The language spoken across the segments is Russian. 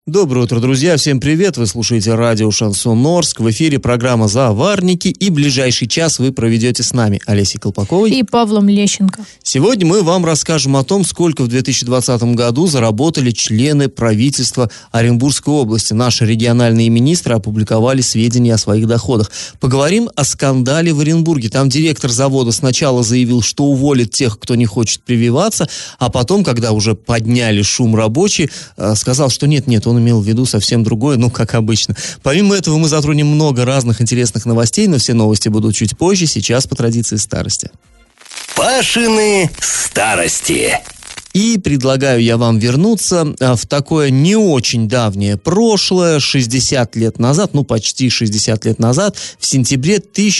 Доброе утро, друзья, всем привет, вы слушаете радио Шансон Орск, в эфире программа «Заварники», и ближайший час вы проведете с нами Олесей Колпаковой и Павлом Лещенко. Сегодня мы вам расскажем о том, сколько в 2020 году заработали члены правительства Оренбургской области. Наши региональные министры опубликовали сведения о своих доходах. Поговорим о скандале в Оренбурге. Там директор завода сначала заявил, что уволит тех, кто не хочет прививаться, а потом, когда уже подняли шум рабочие, сказал, что нет, он имел в виду совсем другое, как обычно. Помимо этого мы затронем много разных интересных новостей, но все новости будут чуть позже, сейчас по традиции старости. Пашины старости. И предлагаю я вам вернуться в такое не очень давнее прошлое, 60 лет назад, почти 60 лет назад, в сентябре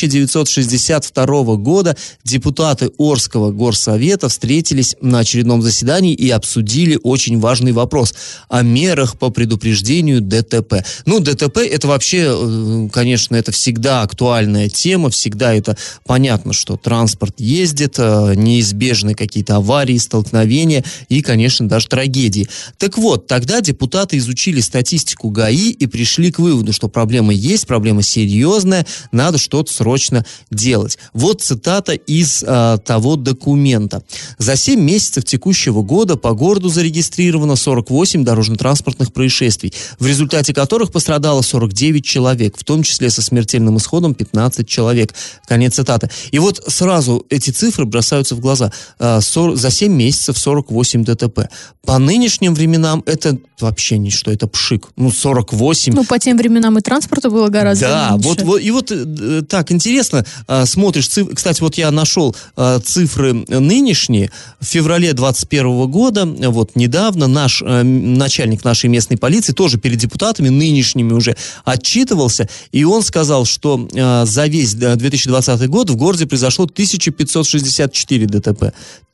1962 года депутаты Орского горсовета встретились на очередном заседании и обсудили очень важный вопрос о мерах по предупреждению ДТП. ДТП это вообще, конечно, это всегда актуальная тема, всегда это понятно, что транспорт ездит, неизбежны какие-то аварии, столкновения, и, конечно, даже трагедии. Так вот, тогда депутаты изучили статистику ГАИ и пришли к выводу, что проблема есть, проблема серьезная, надо что-то срочно делать. Вот цитата из того документа. За 7 месяцев текущего года по городу зарегистрировано 48 дорожно-транспортных происшествий, в результате которых пострадало 49 человек, в том числе со смертельным исходом 15 человек. Конец цитаты. И вот сразу эти цифры бросаются в глаза. За 7 месяцев 48 ДТП. По нынешним временам это вообще ничто, это пшик. 48. По тем временам и транспорта было гораздо меньше. Да, так интересно, смотришь цифры. Кстати, я нашел цифры нынешние. В феврале 2021 года, недавно, наш начальник нашей местной полиции тоже перед депутатами, нынешними уже, отчитывался, и он сказал, что за весь 2020 год в городе произошло 1564 ДТП.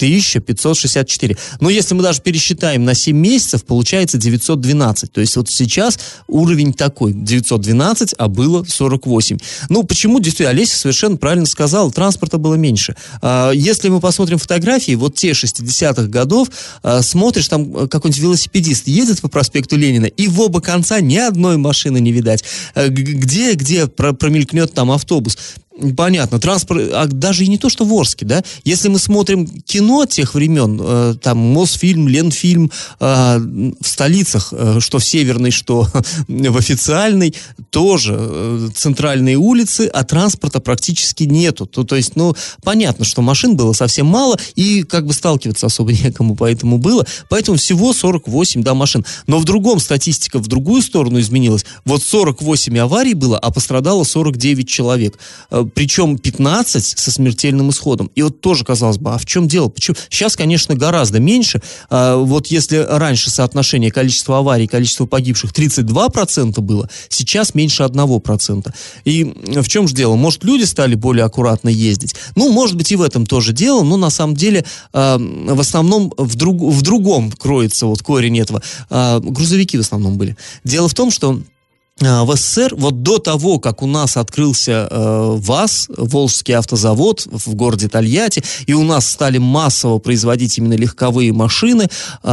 1564. Но если мы даже пересчитаем на 7 месяцев, получается 912. То есть сейчас уровень такой, 912, а было 48. Почему? Действительно, Олеся совершенно правильно сказала, транспорта было меньше. Если мы посмотрим фотографии, те 60-х годов, смотришь, там какой-нибудь велосипедист едет по проспекту Ленина, и в оба конца ни одной машины не видать. Где промелькнет там автобус? Понятно, транспорт, даже и не то, что в Орске, да, если мы смотрим кино тех времен, там Мосфильм, Ленфильм, в столицах, что в северной, что в официальной, тоже центральные улицы, а транспорта практически нету. То есть, понятно, что машин было совсем мало, и сталкиваться особо некому поэтому всего 48, машин. Но статистика в другую сторону изменилась. 48 аварий было, а пострадало 49 человек. Причем 15 со смертельным исходом. И тоже, казалось бы, а в чем дело? Почему? Сейчас, конечно, гораздо меньше. Если раньше соотношение количества аварий, количество погибших 32% было, сейчас меньше 1%. И в чем же дело? Может, люди стали более аккуратно ездить? Может быть, и в этом тоже дело, но на самом деле в основном в другом кроется корень этого. Грузовики в основном были. Дело в том, что в СССР, до того, как у нас открылся ВАЗ, Волжский автозавод в городе Тольятти, и у нас стали массово производить именно легковые машины,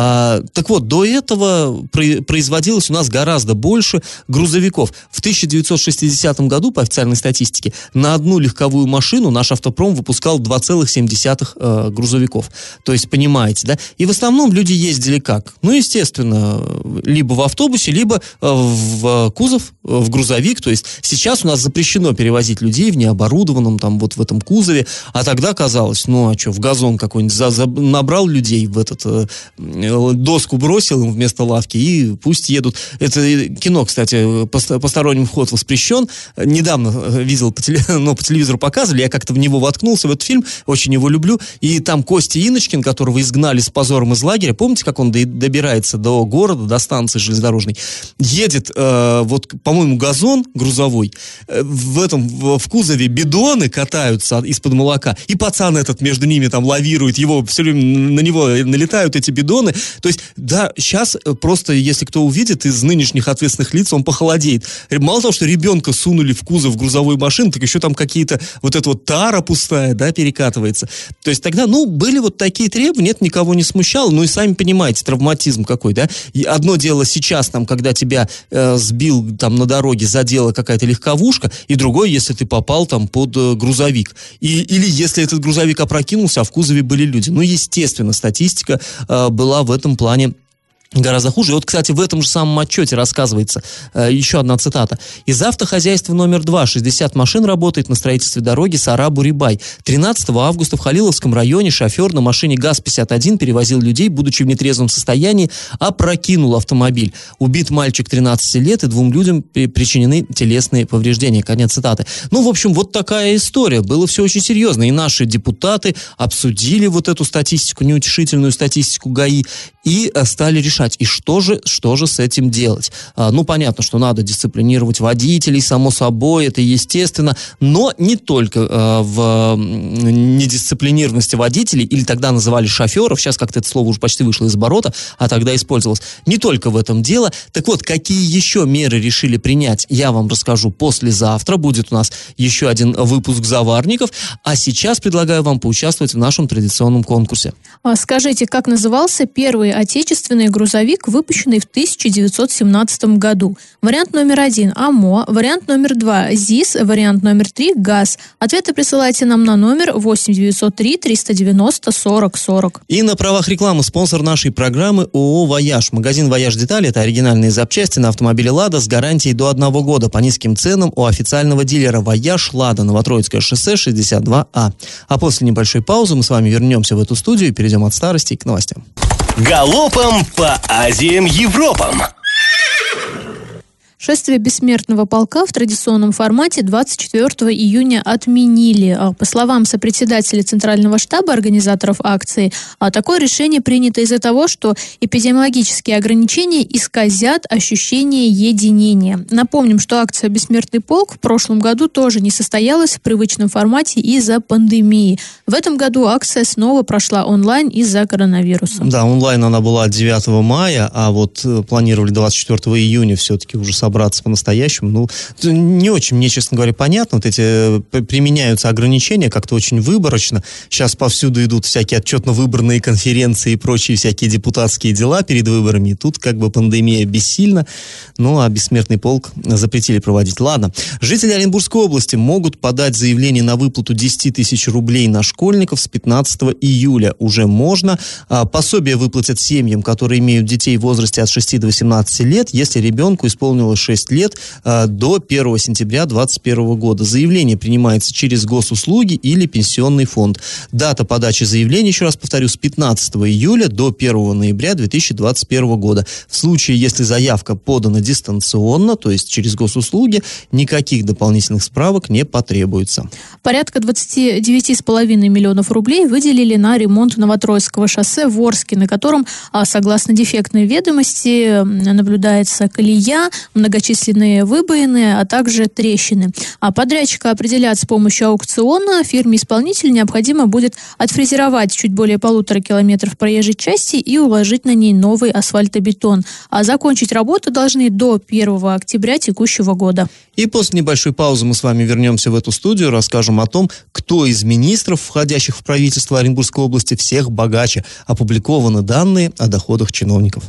до этого производилось у нас гораздо больше грузовиков. В 1960 году, по официальной статистике, на одну легковую машину наш автопром выпускал 2,7 грузовиков. То есть, понимаете, да? И в основном люди ездили как? Естественно, либо в автобусе, либо в кузов, в грузовик. То есть сейчас у нас запрещено перевозить людей в необорудованном в этом кузове, а тогда казалось, в газон какой-нибудь набрал людей, в доску бросил им вместо лавки и пусть едут. Это кино, кстати, посторонним вход воспрещен. Недавно видел по телевизору показывали, я как-то в него воткнулся, в этот фильм, очень его люблю, и там Костя Иночкин, которого изгнали с позором из лагеря, помните, как он добирается до города, до станции железнодорожной, едет вот, по-моему, газон грузовой, в кузове бидоны катаются из-под молока, и пацан этот между ними там лавирует, все время на него налетают эти бидоны. То есть, да, сейчас просто, если кто увидит из нынешних ответственных лиц, он похолодеет. Мало того, что ребенка сунули в кузов грузовой машины, так еще там какие-то, вот эта вот тара пустая, да, перекатывается. То есть тогда, были вот такие требования, это никого не смущало, и сами понимаете, травматизм какой, да. И одно дело сейчас, там, когда тебя сбил там на дороге, задела какая-то легковушка, и другое, если ты попал там под грузовик. Или если этот грузовик опрокинулся, а в кузове были люди. Естественно, статистика была в этом плане гораздо хуже. И вот, кстати, в этом же самом отчете рассказывается, еще одна цитата. Из автохозяйства номер 2 60 машин работает на строительстве дороги Сара-Бурибай. 13 августа в Халиловском районе шофер на машине ГАЗ-51 перевозил людей, будучи в нетрезвом состоянии, опрокинул автомобиль. Убит мальчик 13 лет, и 2 людям причинены телесные повреждения. Конец цитаты. В общем, вот такая история. Было все очень серьезно. И наши депутаты обсудили вот эту статистику, неутешительную статистику ГАИ, и стали решать, и что же с этим делать. Понятно, что надо дисциплинировать водителей, само собой, это естественно, но не только в недисциплинированности водителей, или тогда называли шоферов, сейчас как-то это слово уже почти вышло из оборота, а тогда использовалось. Не только в этом дело. Так вот, какие еще меры решили принять, я вам расскажу послезавтра. Будет у нас еще один выпуск «Заварников», а сейчас предлагаю вам поучаствовать в нашем традиционном конкурсе. Скажите, как назывался первый отечественный грузовик, выпущенный в 1917 году? Вариант номер 1 – АМО, вариант номер 2 – ЗИС, вариант номер 3 – ГАЗ. Ответы присылайте нам на номер 8 903 390 40 40. И на правах рекламы спонсор нашей программы ООО «Вояж». Магазин «Вояж Детали» – это оригинальные запчасти на автомобиле «Лада» с гарантией до 1 года по низким ценам у официального дилера «Вояж Лада», Новотроицкое шоссе 62А. А после небольшой паузы мы с вами вернемся в эту студию и перейдем от старости к новостям. Галопом по Азиям, Европам! Шествие бессмертного полка в традиционном формате 24 июня отменили. По словам сопредседателя Центрального штаба организаторов акции, такое решение принято из-за того, что эпидемиологические ограничения исказят ощущение единения. Напомним, что акция «Бессмертный полк» в прошлом году тоже не состоялась в привычном формате из-за пандемии. В этом году акция снова прошла онлайн из-за коронавируса. Да, онлайн она была 9 мая, а вот планировали 24 июня все-таки уже собраться по-настоящему. Не очень мне, честно говоря, понятно. Вот эти применяются ограничения как-то очень выборочно. Сейчас повсюду идут всякие отчетно-выборные конференции и прочие всякие депутатские дела перед выборами. И тут как бы пандемия бессильна. А бессмертный полк запретили проводить. Ладно. Жители Оренбургской области могут подать заявление на выплату 10 тысяч рублей на школьников с 15 июля. Уже можно. Пособие выплатят семьям, которые имеют детей в возрасте от 6 до 18 лет, если ребенку исполнилось 6 лет до 1 сентября 2021 года. Заявление принимается через госуслуги или пенсионный фонд. Дата подачи заявления, еще раз повторю, с 15 июля до 1 ноября 2021 года. В случае, если заявка подана дистанционно, то есть через госуслуги, никаких дополнительных справок не потребуется. Порядка 29,5 миллионов рублей выделили на ремонт Новотроицкого шоссе в Орске, на котором, согласно дефектной ведомости, наблюдается колея, многочисленные выбоины, а также трещины. Подрядчика определят с помощью аукциона. Фирме-исполнителю необходимо будет отфрезеровать чуть более 1,5 километров проезжей части и уложить на ней новый асфальтобетон. А закончить работу должны до 1 октября текущего года. И после небольшой паузы мы с вами вернемся в эту студию, расскажем о том, кто из министров, входящих в правительство Оренбургской области, всех богаче. Опубликованы данные о доходах чиновников.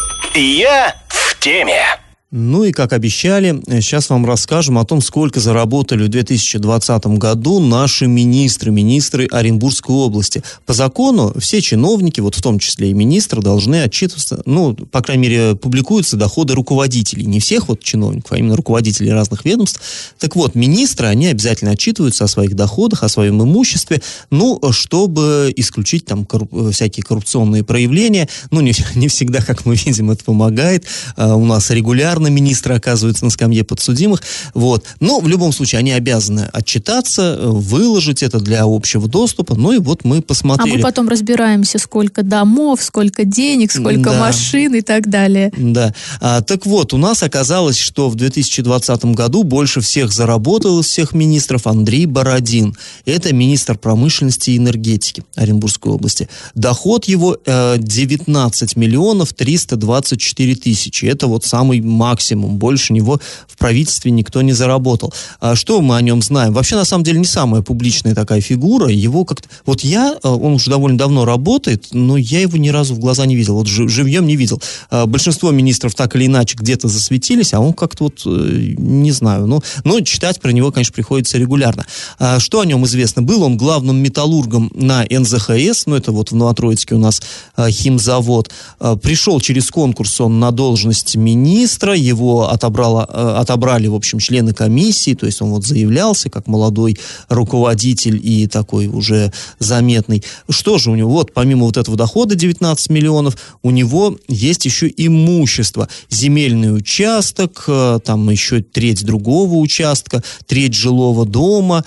Я в теме. И, как обещали, сейчас вам расскажем о том, сколько заработали в 2020 году наши министры Оренбургской области. По закону все чиновники, вот в том числе и министры, должны отчитываться, по крайней мере, публикуются доходы руководителей. Не всех чиновников, а именно руководителей разных ведомств. Так вот, министры, они обязательно отчитываются о своих доходах, о своем имуществе, чтобы исключить там всякие коррупционные проявления. Не всегда, как мы видим, это помогает. У нас регулярно регулярно министры оказываются на скамье подсудимых. Вот. Но в любом случае они обязаны отчитаться, выложить это для общего доступа. Ну и вот мы посмотрели. А мы потом разбираемся, сколько домов, сколько денег, сколько машин и так далее. Да. Так вот, у нас оказалось, что в 2020 году больше всех заработал из всех министров Андрей Бородин. Это министр промышленности и энергетики Оренбургской области. Доход его 19 миллионов 324 тысячи. Это вот самый максимум. Больше него в правительстве никто не заработал. Что мы о нем знаем? Вообще, на самом деле, не самая публичная такая фигура. Его как-то... Вот он уже довольно давно работает, но я его ни разу в глаза не видел. Вот живьем не видел. Большинство министров так или иначе где-то засветились, а он как-то вот, не знаю. Но читать про него, конечно, приходится регулярно. Что о нем известно? Был он главным металлургом на НЗХС, это вот в Новотроицке у нас химзавод. Пришел через конкурс он на должность министра, его отобрали, в общем, члены комиссии, то есть он вот заявлялся как молодой руководитель и такой уже заметный. Что же у него? Вот, помимо вот этого дохода 19 миллионов, у него есть еще имущество. Земельный участок, там еще треть другого участка, треть жилого дома,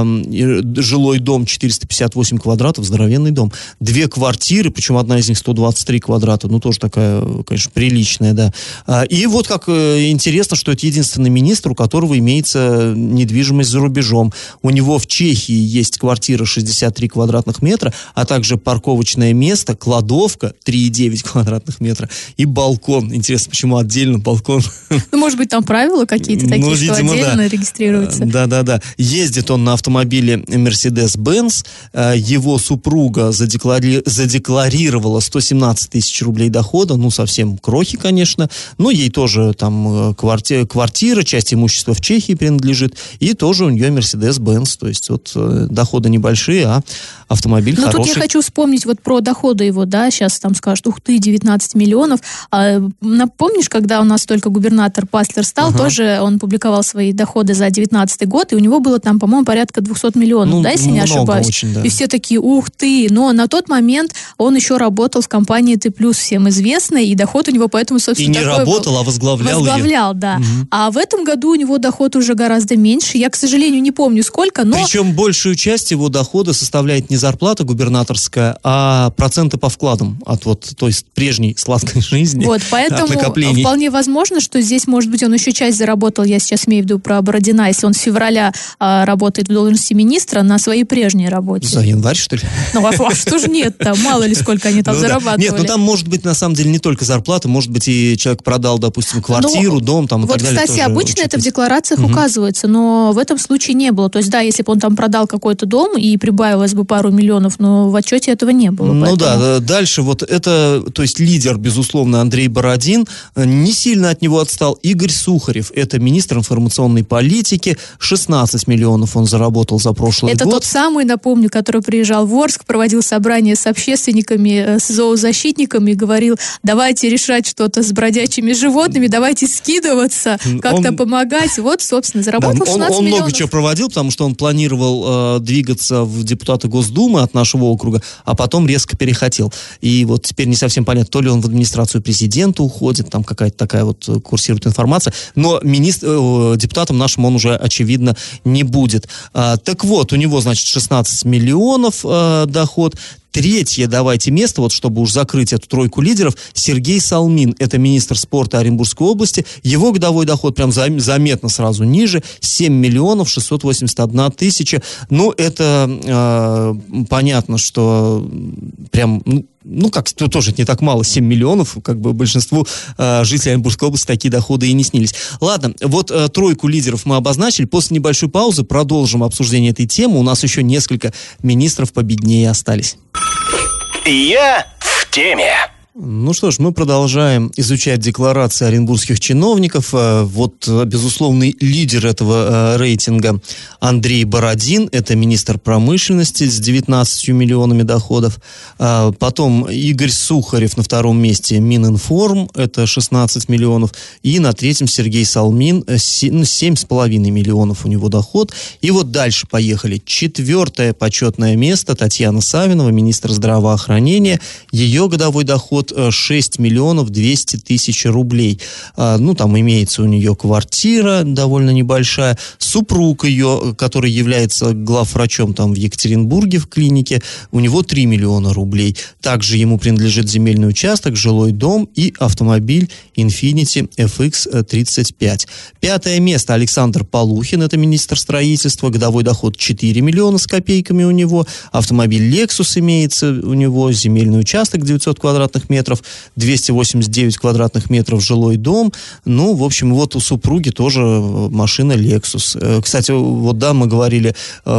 жилой дом 458 квадратов, здоровенный дом. 2 квартиры, причем одна из них 123 квадрата, тоже такая, конечно, приличная, да. И вот как интересно, что это единственный министр, у которого имеется недвижимость за рубежом. У него в Чехии есть квартира 63 квадратных метра, а также парковочное место, кладовка 3,9 квадратных метра и балкон. Интересно, почему отдельно балкон? Может быть, там правила какие-то такие, что видимо, отдельно регистрируются. Да. Ездит он на автомобиле Mercedes-Benz. Его супруга задекларировала 117 тысяч рублей дохода. Совсем крохи, конечно. Но ей тоже там квартира, часть имущества в Чехии принадлежит. И тоже у нее Mercedes-Benz. То есть вот доходы небольшие, а автомобиль хороший. Тут я хочу вспомнить вот про доходы его, да, сейчас там скажут, 19 миллионов. Напомнишь, когда у нас только губернатор Паслер стал, тоже он публиковал свои доходы за 19 год, и у него было там, по-моему, порядка 200 миллионов, да, если не ошибаюсь. Очень, да. И все такие, ух ты! Но на тот момент он еще работал в компании Т+, всем известной, и доход у него поэтому, собственно, и не работал, а возглавлял ее. Да. Угу. А в этом году у него доход уже гораздо меньше. Я, к сожалению, не помню сколько, но... Причем большую часть его дохода составляет не зарплата губернаторская, а проценты по вкладам от той прежней сладкой жизни. Вот, поэтому вполне возможно, что здесь, может быть, он еще часть заработал, я сейчас имею в виду про Бородина, если он с февраля работает в должности министра на своей прежней работе. За январь, что ли? А что ж нет-то? Мало ли, сколько они там зарабатывали. Нет, там может быть, на самом деле, не только зарплата, может быть, и человек продал, допустим, квартиру, дом, там, и так далее. Вот, кстати, обычно это в декларациях указывается, но в этом случае не было. То есть, да, если бы он там продал какой-то дом и прибавилось бы пару миллионов, но в отчете этого не было. Да, дальше вот это, то есть лидер, безусловно, Андрей Бородин, не сильно от него отстал Игорь Сухарев, это министр информационной политики, 16 миллионов он заработал за прошлый год. Это тот самый, напомню, который приезжал в Орск, проводил собрание с общественниками, с зоозащитниками и говорил, давайте решать что-то с бродячими животными, давайте скидываться, как-то помогать. Вот, собственно, заработал 16 миллионов. Он много чего проводил, потому что он планировал двигаться в депутаты Госдумы от нашего округа, а потом резко перехотел. И вот теперь не совсем понятно, то ли он в администрацию президента уходит, там какая-то такая вот курсирует информация, но депутатом нашим он уже, очевидно, не будет. Так вот, у него, значит, 16 миллионов доход. Третье, давайте, место, вот чтобы уж закрыть эту тройку лидеров, Сергей Салмин, это министр спорта Оренбургской области, его годовой доход прям заметно сразу ниже, 7 миллионов 681 тысяча. Это понятно, что прям, тоже не так мало, 7 миллионов, как бы большинству жителей Оренбургской области такие доходы и не снились. Ладно, вот тройку лидеров мы обозначили, после небольшой паузы продолжим обсуждение этой темы, у нас еще несколько министров победнее остались. Я в теме. Что ж, мы продолжаем изучать декларации оренбургских чиновников. Вот безусловный лидер этого рейтинга Андрей Бородин, это министр промышленности с 19 миллионами доходов. Потом Игорь Сухарев на втором месте, Мининформ, это 16 миллионов. И на третьем Сергей Салмин, 7,5 миллионов у него доход. И вот дальше поехали. 4-е почетное место Татьяна Савинова, министр здравоохранения. Ее годовой доход стоит 6 миллионов 200 тысяч рублей. Ну, там имеется у нее квартира довольно небольшая. Супруг ее, который является главврачом там в Екатеринбурге в клинике, у него 3 миллиона рублей. Также ему принадлежит земельный участок, жилой дом и автомобиль Infiniti FX35. 5-е место Александр Полухин, это министр строительства, годовой доход 4 миллиона с копейками у него, автомобиль Lexus имеется у него, земельный участок 900 квадратных метров, 289 квадратных метров жилой дом. Ну, в общем, вот у супруги тоже машина Lexus. Кстати, вот да, мы говорили,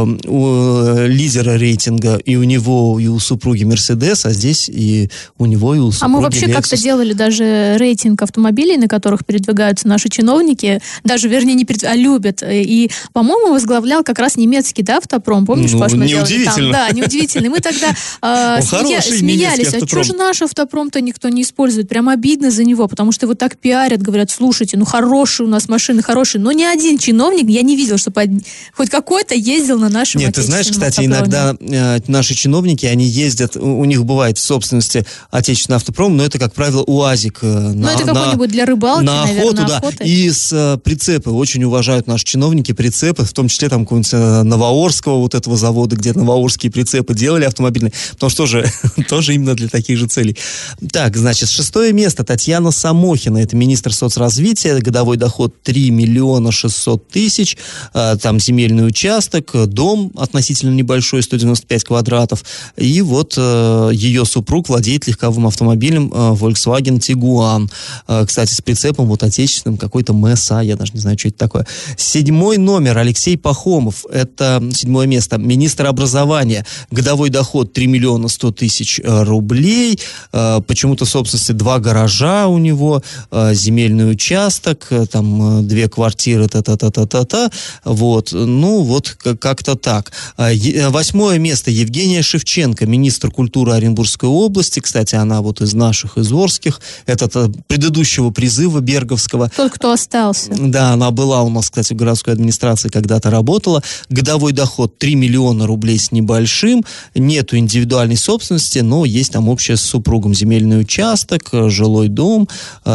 у лидера рейтинга и у него, и у супруги Mercedes, а здесь и у него, и у супруги А мы вообще Lexus. как-то делали даже рейтинг автомобилей, на которых передвигаются наши чиновники, даже, вернее, не а любят. И, по-моему, возглавлял как раз немецкий, да, автопром. Помнишь, Паш, мы делали там? Да, неудивительно. И мы тогда смеялись, а что же наш автопром-то никто не использует? Прям обидно за него, потому что его так пиарят, говорят, слушайте, ну хорошие у нас машины, хорошие, но ни один чиновник, я не видел, чтобы хоть какой-то ездил на нашем Нет, ты знаешь, кстати, автопроме. иногда наши чиновники, они ездят, у них бывает в собственности отечественный автопром, но это, как правило, УАЗик это какой-нибудь для рыбалки, на охоту, наверное, да. охоты. И с прицепы. Очень уважают наши чиновники прицепы, в том числе там какого-нибудь Новоорского вот этого завода, где новоорские прицепы делали автомобильные, потому что тоже именно для таких же целей. Так, значит, 6-е место Татьяна Самохина, это министр соцразвития, годовой доход 3 миллиона 600 тысяч, там земельный участок, дом относительно небольшой, 195 квадратов, и вот ее супруг владеет легковым автомобилем Volkswagen Tiguan, кстати, с прицепом вот отечественным, какой-то МСА, я даже не знаю, что это такое. 7-й номер Алексей Пахомов, это 7-е место, министр образования, годовой доход 3 миллиона 100 тысяч рублей, почему-то в собственности 2 гаража у него, земельный участок, там 2 квартиры, та-та-та-та-та-та, вот, ну вот как-то так. 8-е место Евгения Шевченко, министр культуры Оренбургской области, кстати, она вот из наших, из Орских, это предыдущего призыва Берговского. Тот, кто остался. Да, она была у нас, кстати, в городской администрации, когда-то работала. Годовой доход 3 миллиона рублей с небольшим, нету индивидуальной собственности, но есть там общая с супругом земельный участок, жилой дом,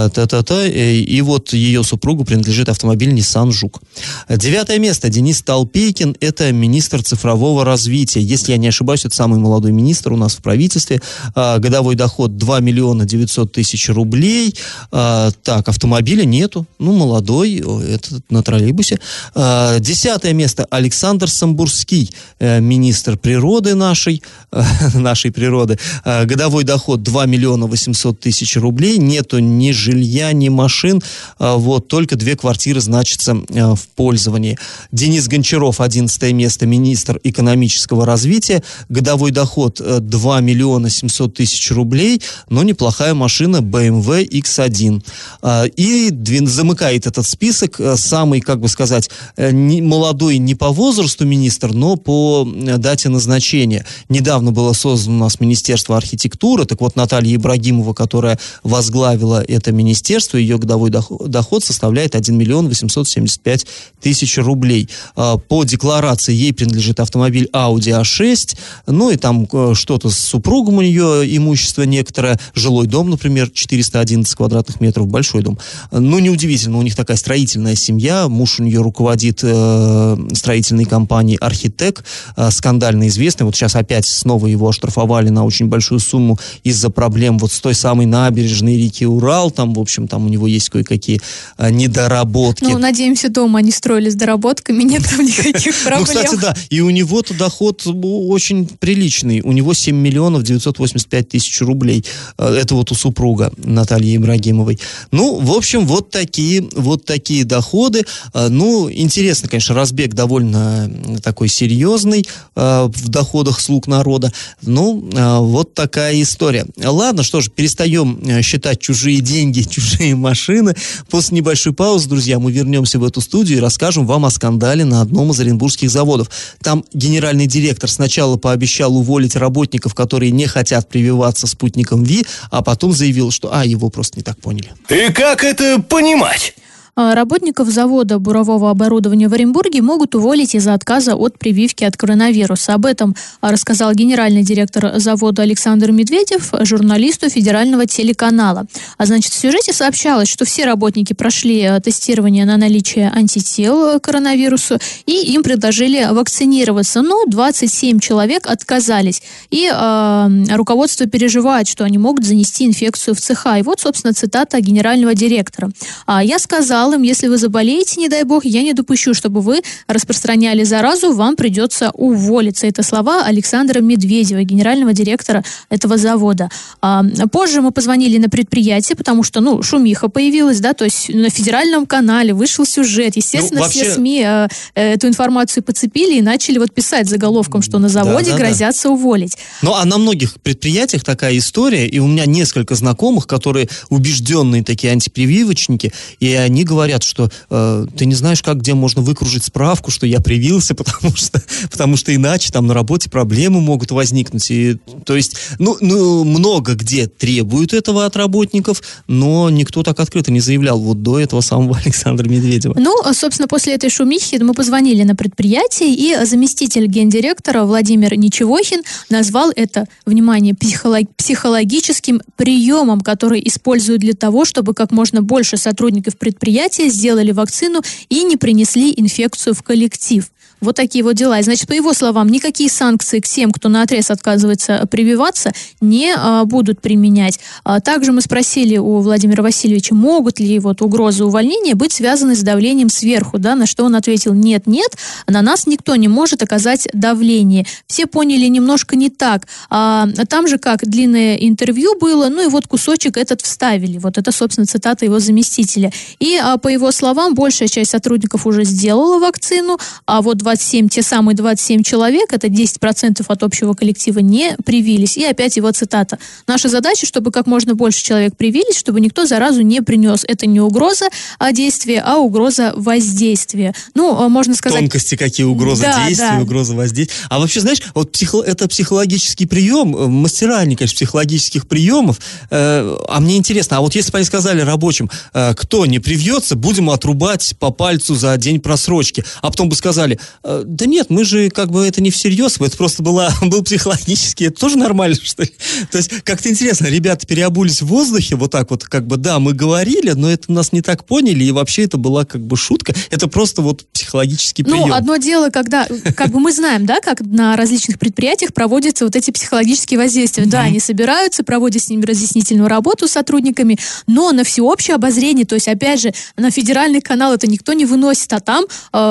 и вот ее супругу принадлежит автомобиль Nissan Жук. 9-е место Денис Толпейкин, это министр цифрового развития. Если я не ошибаюсь, это самый молодой министр у нас в правительстве. Годовой доход 2 миллиона 900 тысяч рублей. Так, автомобиля нету. Ну, молодой, это на троллейбусе. 10-е место Александр Самбурский, министр природы нашей природы. Годовой доход 2 миллиона 800 тысяч рублей. Нету ни жилья, ни машин. Вот, только 2 квартиры значатся в пользовании. Денис Гончаров, 11-е место, министр экономического развития. Годовой доход 2 миллиона 700 тысяч рублей, но неплохая машина BMW X1. И замыкает этот список самый, как бы сказать, молодой не по возрасту министр, но по дате назначения. Недавно было создано у нас Министерство архитектуры, так вот Наталья Ибрагимова, которая возглавила это министерство, ее годовой доход составляет 1 миллион 875 тысяч рублей. По декларации ей принадлежит автомобиль Audi A6, ну и там что-то с супругом у нее, имущество некоторое, жилой дом, например, 411 квадратных метров, большой дом. Ну, неудивительно, у них такая строительная семья, муж у нее руководит строительной компанией «Архитек», скандально известный, вот сейчас опять снова его оштрафовали на очень большую сумму из-за проблем вот с той самой набережной реки Урал, там, в общем, там у него есть кое-какие недоработки. Ну, надеемся, дома они строили с доработками, нет там никаких проблем. Ну, кстати, да, и у него-то доход очень приличный, у него 7 миллионов 985 тысяч рублей, это вот у супруга Натальи Ибрагимовой. Ну, в общем, вот такие доходы. Ну, интересно, конечно, разбег довольно такой серьезный в доходах слуг народа. Ну, вот такая история. Ладно, что ж, перестаем считать чужие деньги, чужие машины. После небольшой паузы, друзья, мы вернемся в эту студию и расскажем вам о скандале на одном из оренбургских заводов. Там генеральный директор сначала пообещал уволить работников, которые не хотят прививаться спутником ВИ, а потом заявил, что его просто не так поняли. И как это понимать? Работников завода бурового оборудования в Оренбурге могут уволить из-за отказа от прививки от коронавируса. Об этом рассказал генеральный директор завода Александр Медведев журналисту федерального телеканала. В сюжете сообщалось, что все работники прошли тестирование на наличие антител к коронавирусу, и им предложили вакцинироваться, но 27 человек отказались. И руководство переживает, что они могут занести инфекцию в цеха. И вот, собственно, цитата генерального директора. «Я сказал им, если вы заболеете, не дай бог, я не допущу, чтобы вы распространяли заразу, вам придется уволиться». Это слова Александра Медведева, генерального директора этого завода. Позже мы позвонили на предприятие, потому что, шумиха появилась, да, то есть на федеральном канале вышел сюжет. Естественно, вообще... все СМИ эту информацию подцепили и начали писать заголовком, что на заводе грозятся уволить. А на многих предприятиях такая история, и у меня несколько знакомых, которые убежденные такие антипрививочники, и они говорят, что ты не знаешь, где можно выкружить справку, что я привился, потому что иначе там на работе проблемы могут возникнуть. И, то есть, много где требуют этого от работников, но никто так открыто не заявлял вот до этого самого Александра Медведева. Собственно, после этой шумихи мы позвонили на предприятие, и заместитель гендиректора Владимир Ничевохин назвал это, внимание, психологическим приемом, который используют для того, чтобы как можно больше сотрудников предприятия сделали вакцину и не принесли инфекцию в коллектив. Вот такие вот дела. Значит, по его словам, никакие санкции к тем, кто наотрез отказывается прививаться, не будут применять. Также мы спросили у Владимира Васильевича, могут ли угрозы увольнения быть связаны с давлением сверху, да, на что он ответил: нет, на нас никто не может оказать давление. Все поняли немножко не так. Там же как длинное интервью было, кусочек этот вставили. Вот это, собственно, цитата его заместителя. И по его словам, большая часть сотрудников уже сделала вакцину, а вот те самые 27 человек, это 10% от общего коллектива, не привились. И опять его цитата. Наша задача, чтобы как можно больше человек привились, чтобы никто заразу не принес. Это не угроза действия, а угроза воздействия. Можно сказать... Тонкости какие, угроза действия, угроза воздействия. А вообще, знаешь, это психологический прием, мастера они, конечно, психологических приемов. А мне интересно, если бы они сказали рабочим, кто не привьется, будем отрубать по пальцу за день просрочки. А потом бы сказали: да нет, мы же это не всерьез, это просто был психологически, это тоже нормально, что ли? То есть, как-то интересно, ребята переобулись в воздухе, вот так вот, да, мы говорили, но это нас не так поняли, и вообще это была шутка, это просто психологический прием. Одно дело, когда, мы знаем, да, как на различных предприятиях проводятся эти психологические воздействия. Да, они собираются, проводят с ними разъяснительную работу с сотрудниками, но на всеобщее обозрение, то есть, опять же, на федеральный канал это никто не выносит, а там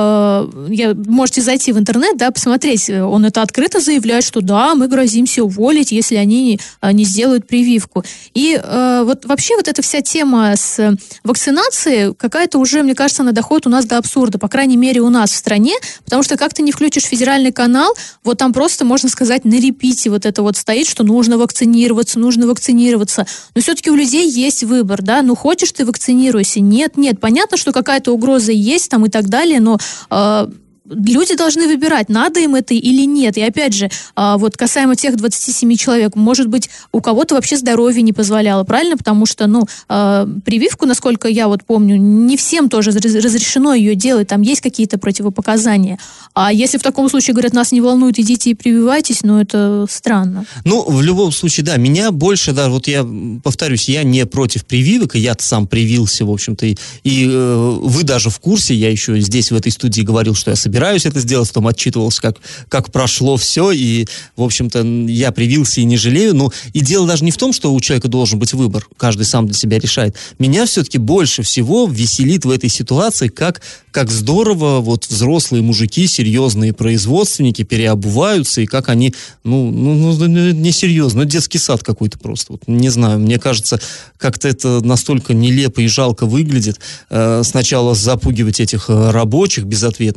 можете зайти в интернет, да, посмотреть, он это открыто заявляет, что да, мы грозимся уволить, если они не сделают прививку. И вообще эта вся тема с вакцинацией какая-то уже, мне кажется, она доходит у нас до абсурда, по крайней мере у нас в стране, потому что как ты не включишь федеральный канал, там просто, можно сказать, на репите это стоит, что нужно вакцинироваться. Но все-таки у людей есть выбор, да, хочешь ты вакцинируйся, нет, понятно, что какая-то угроза есть там и так далее, но люди должны выбирать, надо им это или нет. И опять же, касаемо тех 27 человек, может быть, у кого-то вообще здоровье не позволяло, правильно? Потому что, прививку, насколько я помню, не всем тоже разрешено ее делать, там есть какие-то противопоказания. А если в таком случае говорят, нас не волнует, идите и прививайтесь, это странно. В любом случае, да, меня больше, да, я повторюсь, я не против прививок, и я сам привился, в общем-то, и вы даже в курсе, я еще здесь, в этой студии говорил, что я собираюсь это сделать, потом отчитывался, как прошло все, и, в общем-то, я привился и не жалею. И дело даже не в том, что у человека должен быть выбор, каждый сам для себя решает. Меня все-таки больше всего веселит в этой ситуации, как здорово взрослые мужики, серьезные производственники переобуваются, и как они, несерьезно, детский сад какой-то просто. Не знаю, мне кажется, как-то это настолько нелепо и жалко выглядит. Сначала запугивать этих рабочих безответных, да, а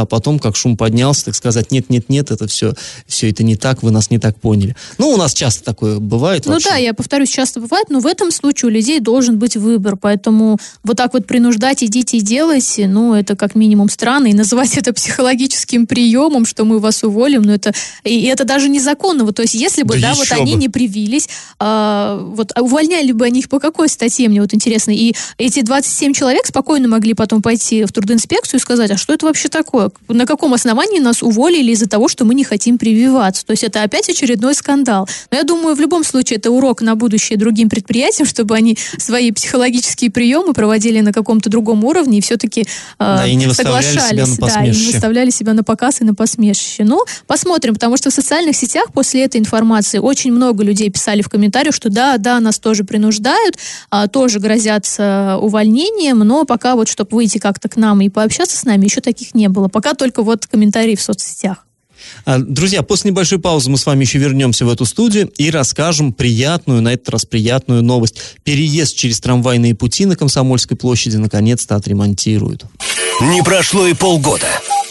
потом, как шум поднялся, так сказать, нет, это все это не так, вы нас не так поняли. Ну, у нас часто такое бывает вообще. Ну да, я повторюсь, часто бывает, но в этом случае у людей должен быть выбор, поэтому вот так вот принуждать, идите и делайте, ну, это как минимум странно, и называть это психологическим приемом, что мы вас уволим, ну, и это даже незаконно, вот, то есть, если бы, да, вот они не привились, вот, увольняли бы они их по какой статье, мне вот интересно, и эти 27 человек спокойно могли потом пойти в трудинспекцию и сказать, а что это вообще такое? На каком основании нас уволили из-за того, что мы не хотим прививаться? То есть это опять очередной скандал. Но я думаю, в любом случае это урок на будущее другим предприятиям, чтобы они свои психологические приемы проводили на каком-то другом уровне и все-таки соглашались. Да, и не выставляли себя на показ и на посмешище. Ну, посмотрим, потому что в социальных сетях после этой информации очень много людей писали в комментариях, что да, нас тоже принуждают, тоже грозятся увольнением, но пока вот, чтобы выйти как-то к нам и пообщаться с нами, еще таких не было. Пока только вот комментарии в соцсетях. Друзья, после небольшой паузы мы с вами еще вернемся в эту студию и расскажем приятную, на этот раз приятную новость. Переезд через трамвайные пути на Комсомольской площади наконец-то отремонтируют. Не прошло и полгода.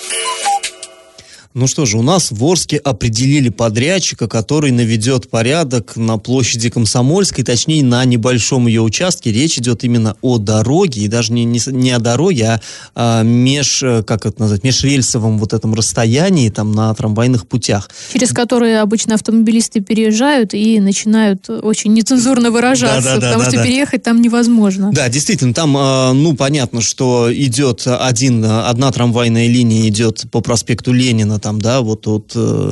Ну что же, у нас в Орске определили подрядчика, который наведет порядок на площади Комсомольской, точнее на небольшом ее участке. Речь идет именно о дороге, и даже не о дороге, а межрельсовом вот этом расстоянии там на трамвайных путях. Через которые обычно автомобилисты переезжают и начинают очень нецензурно выражаться, потому что переехать там невозможно. Да, действительно, там, понятно, что идет одна трамвайная линия идет по проспекту Ленина, там, да, вот от,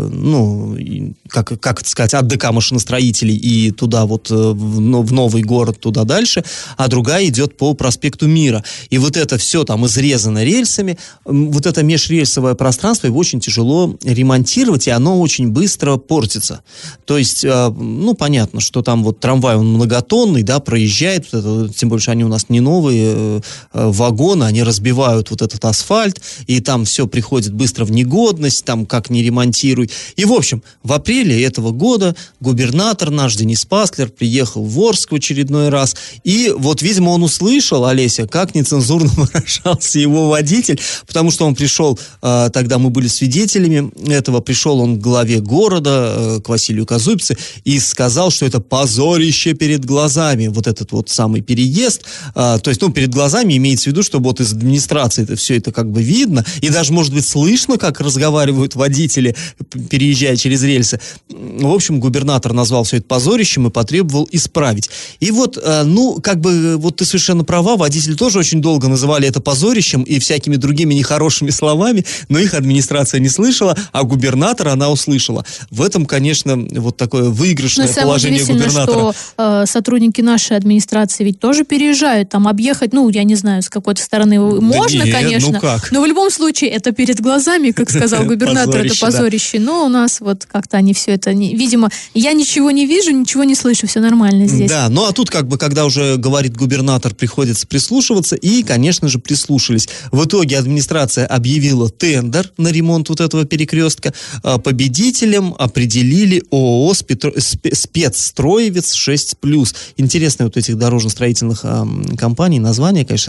как это сказать, от ДК машиностроителей и туда вот в новый город, туда дальше, а другая идет по проспекту Мира. И вот это все там изрезано рельсами, вот это межрельсовое пространство, его очень тяжело ремонтировать, и оно очень быстро портится. То есть, понятно, что там вот трамвай, он многотонный, да, проезжает, тем более, что они у нас не новые вагоны, они разбивают вот этот асфальт, и там все приходит быстро в негодность, там как не ремонтируй. И, в общем, в апреле этого года губернатор наш Денис Пастлер приехал в Орск в очередной раз, и вот, видимо, он услышал, Олеся, как нецензурно выражался его водитель, потому что он пришел, тогда мы были свидетелями этого, пришел он к главе города, к Василию Казупице, и сказал, что это позорище перед глазами, вот этот вот самый переезд, то есть, перед глазами имеется в виду, что вот из администрации это все это как бы видно, и даже, может быть, слышно, как разговаривают водители, переезжая через рельсы. В общем, губернатор назвал все это позорищем и потребовал исправить. И вот, вот ты совершенно права, водители тоже очень долго называли это позорищем и всякими другими нехорошими словами, но их администрация не слышала, а губернатор она услышала. В этом, конечно, вот такое выигрышное положение губернатора. Что сотрудники нашей администрации ведь тоже переезжают, там объехать, я не знаю, с какой-то стороны можно, конечно, но в любом случае это перед глазами, как сказал губернатор, это позорище, но у нас вот как-то они все это, видимо, я ничего не вижу, ничего не слышу, все нормально здесь. Да, а тут когда уже говорит губернатор, приходится прислушиваться, и, конечно же, прислушались. В итоге администрация объявила тендер на ремонт вот этого перекрестка. Победителем определили ООО «Спецстроевец 6+». Интересные вот этих дорожно-строительных компаний, название, конечно,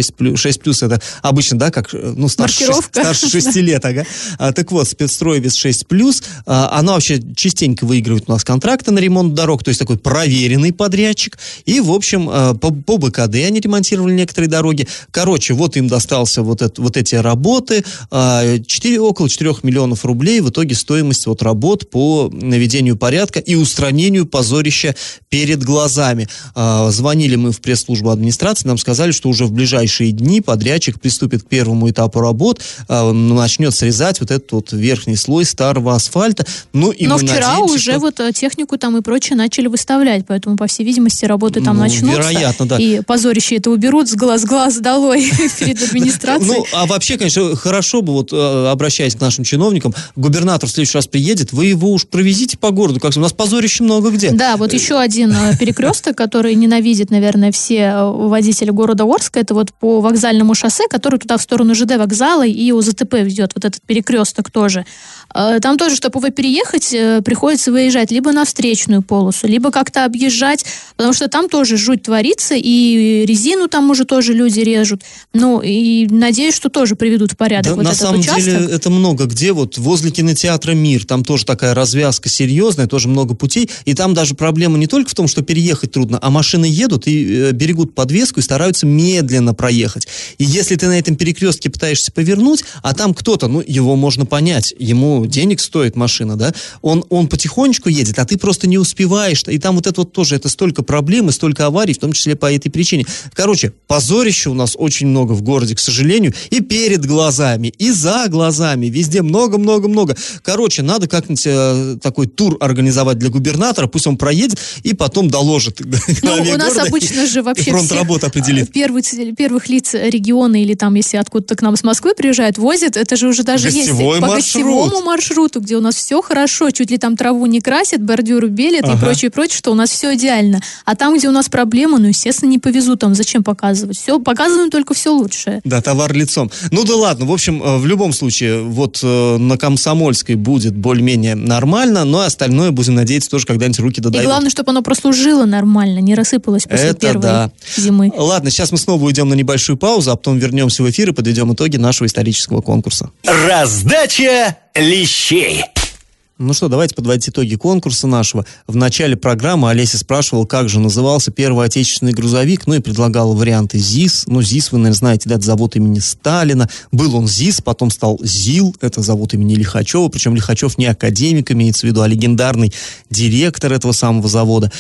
6+, это обычно, да, как, старше 6 лет, ага. Так вот, «Спецстроевец 6+», она вообще частенько выигрывает у нас контракты на ремонт дорог, то есть такой проверенный подрядчик, и, в общем, по БКД они ремонтировали некоторые дороги. Короче, вот им достался вот эти работы, около 4 миллионов рублей, в итоге стоимость вот работ по наведению порядка и устранению позорища перед глазами. Звонили мы в пресс-службу администрации, нам сказали, что уже в ближайшие дни подрядчик приступит к первому этапу работ, начнет срезать вот этот вот верхний слой старого асфальта. Но вчера уже вот технику там и прочее начали выставлять, поэтому, по всей видимости, работы там начнутся. Вероятно, да. И позорище это уберут с глаз долой перед администрацией. А вообще, конечно, хорошо бы, вот обращаясь к нашим чиновникам, губернатор в следующий раз приедет, вы его уж провезите по городу, как у нас позорище много где. Да, вот еще один перекресток, который ненавидит, наверное, все водители города Орска, это вот по вокзальному шоссе, который туда в сторону ЖД вокзала и ОЗТП ведет, вот этот перекресток. перекресток тоже. Там тоже, чтобы переехать, приходится выезжать либо на встречную полосу, либо как-то объезжать, потому что там тоже жуть творится, и резину там уже тоже люди режут. Ну, и надеюсь, что тоже приведут в порядок вот этот участок. На самом деле, это много где. Вот возле кинотеатра «Мир», там тоже такая развязка серьезная, тоже много путей, и там даже проблема не только в том, что переехать трудно, а машины едут и берегут подвеску и стараются медленно проехать. И если ты на этом перекрестке пытаешься повернуть, а там кто-то, ну, его можно понять, ему денег стоит машина, да, он потихонечку едет, а ты просто не успеваешь, и там вот это вот тоже, это столько проблем и столько аварий, в том числе по этой причине. Короче, позорища у нас очень много в городе, к сожалению, и перед глазами, и за глазами, везде много-много-много. Короче, надо как-нибудь такой тур организовать для губернатора, пусть он проедет и потом доложит. Ну, у нас обычно же вообще фронт работы определит. Первых лиц региона или там, если откуда-то к нам с Москвы приезжают, возят, это же уже даже есть по гостевому маршруту, где у нас все хорошо, чуть ли там траву не красят, бордюры белят и прочее, что у нас все идеально. А там, где у нас проблемы, ну, естественно, не повезут, там зачем показывать? Все, показываем только все лучшее. Да, товар лицом. Ну да ладно, в общем, в любом случае, вот на Комсомольской будет более-менее нормально, но остальное, будем надеяться, тоже когда-нибудь руки додают. И главное, чтобы оно прослужило нормально, не рассыпалось после первой зимы. Ладно, сейчас мы снова уйдем на небольшую паузу, а потом вернемся в эфир и подведем итоги нашего исторического конкурса. Раздача лещей. Ну что, давайте подводить итоги конкурса нашего. В начале программы Олеся спрашивала, как же назывался первый отечественный грузовик, ну и предлагала варианты ЗИС. Ну, ЗИС, вы, наверное, знаете, да, это завод имени Сталина. Был он ЗИС, потом стал ЗИЛ, это завод имени Лихачева, причем Лихачев не академик, имеется в виду, а легендарный директор этого самого завода.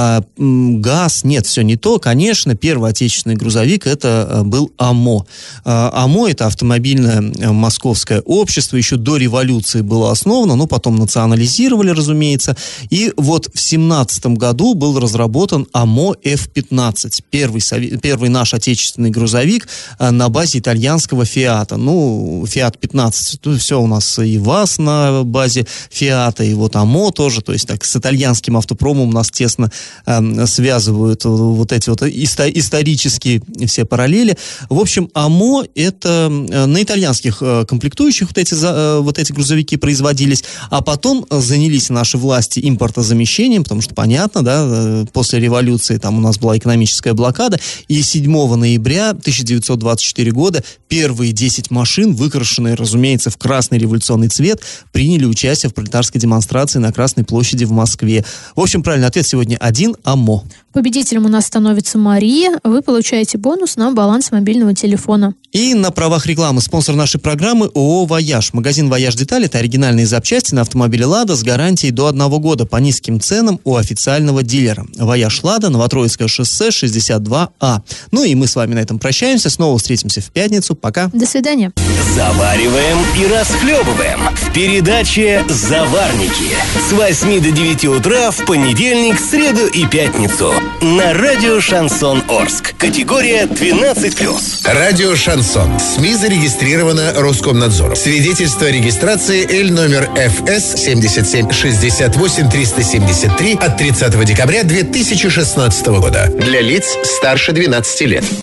ГАЗ, нет, все не то. Конечно, первый отечественный грузовик, это был АМО. АМО, это автомобильное московское общество, еще до революции было основано, но потом национализировали, разумеется. И вот в 17 году был разработан АМО F-15. Первый наш отечественный грузовик на базе итальянского Фиата. Ну, Фиат-15. Тут все у нас и ВАЗ на базе Фиата, и вот АМО тоже. То есть так с итальянским автопромом нас тесно связывают вот эти вот исторические все параллели. В общем, АМО это на итальянских комплектующих вот эти грузовики производились, а потом занялись наши власти импортозамещением, потому что, понятно, да, после революции там у нас была экономическая блокада, и 7 ноября 1924 года первые 10 машин, выкрашенные, разумеется, в красный революционный цвет, приняли участие в пролетарской демонстрации на Красной площади в Москве. В общем, правильный ответ сегодня 1 АМО. Победителем у нас становится Мария. Вы получаете бонус на баланс мобильного телефона. И на правах рекламы спонсор нашей программы ООО «Вояж». Магазин «Вояж Деталь» — это оригинальные запчасти на автомобиле «Лада» с гарантией до 1 года по низким ценам у официального дилера. «Вояж Лада», Новотроицкое шоссе, 62А. Ну и мы с вами на этом прощаемся. Снова встретимся в пятницу. Пока. До свидания. Завариваем и расхлебываем в передаче «Заварники» с 8 до 9 утра в понедельник, среду и пятницу на радио «Шансон Орск». Категория 12+. Радио «Шансон». СМИ зарегистрировано Роскомнадзором. Свидетельство о регистрации Л номер ФС 7768373 от 30 декабря 2016 года. Для лиц старше 12 лет.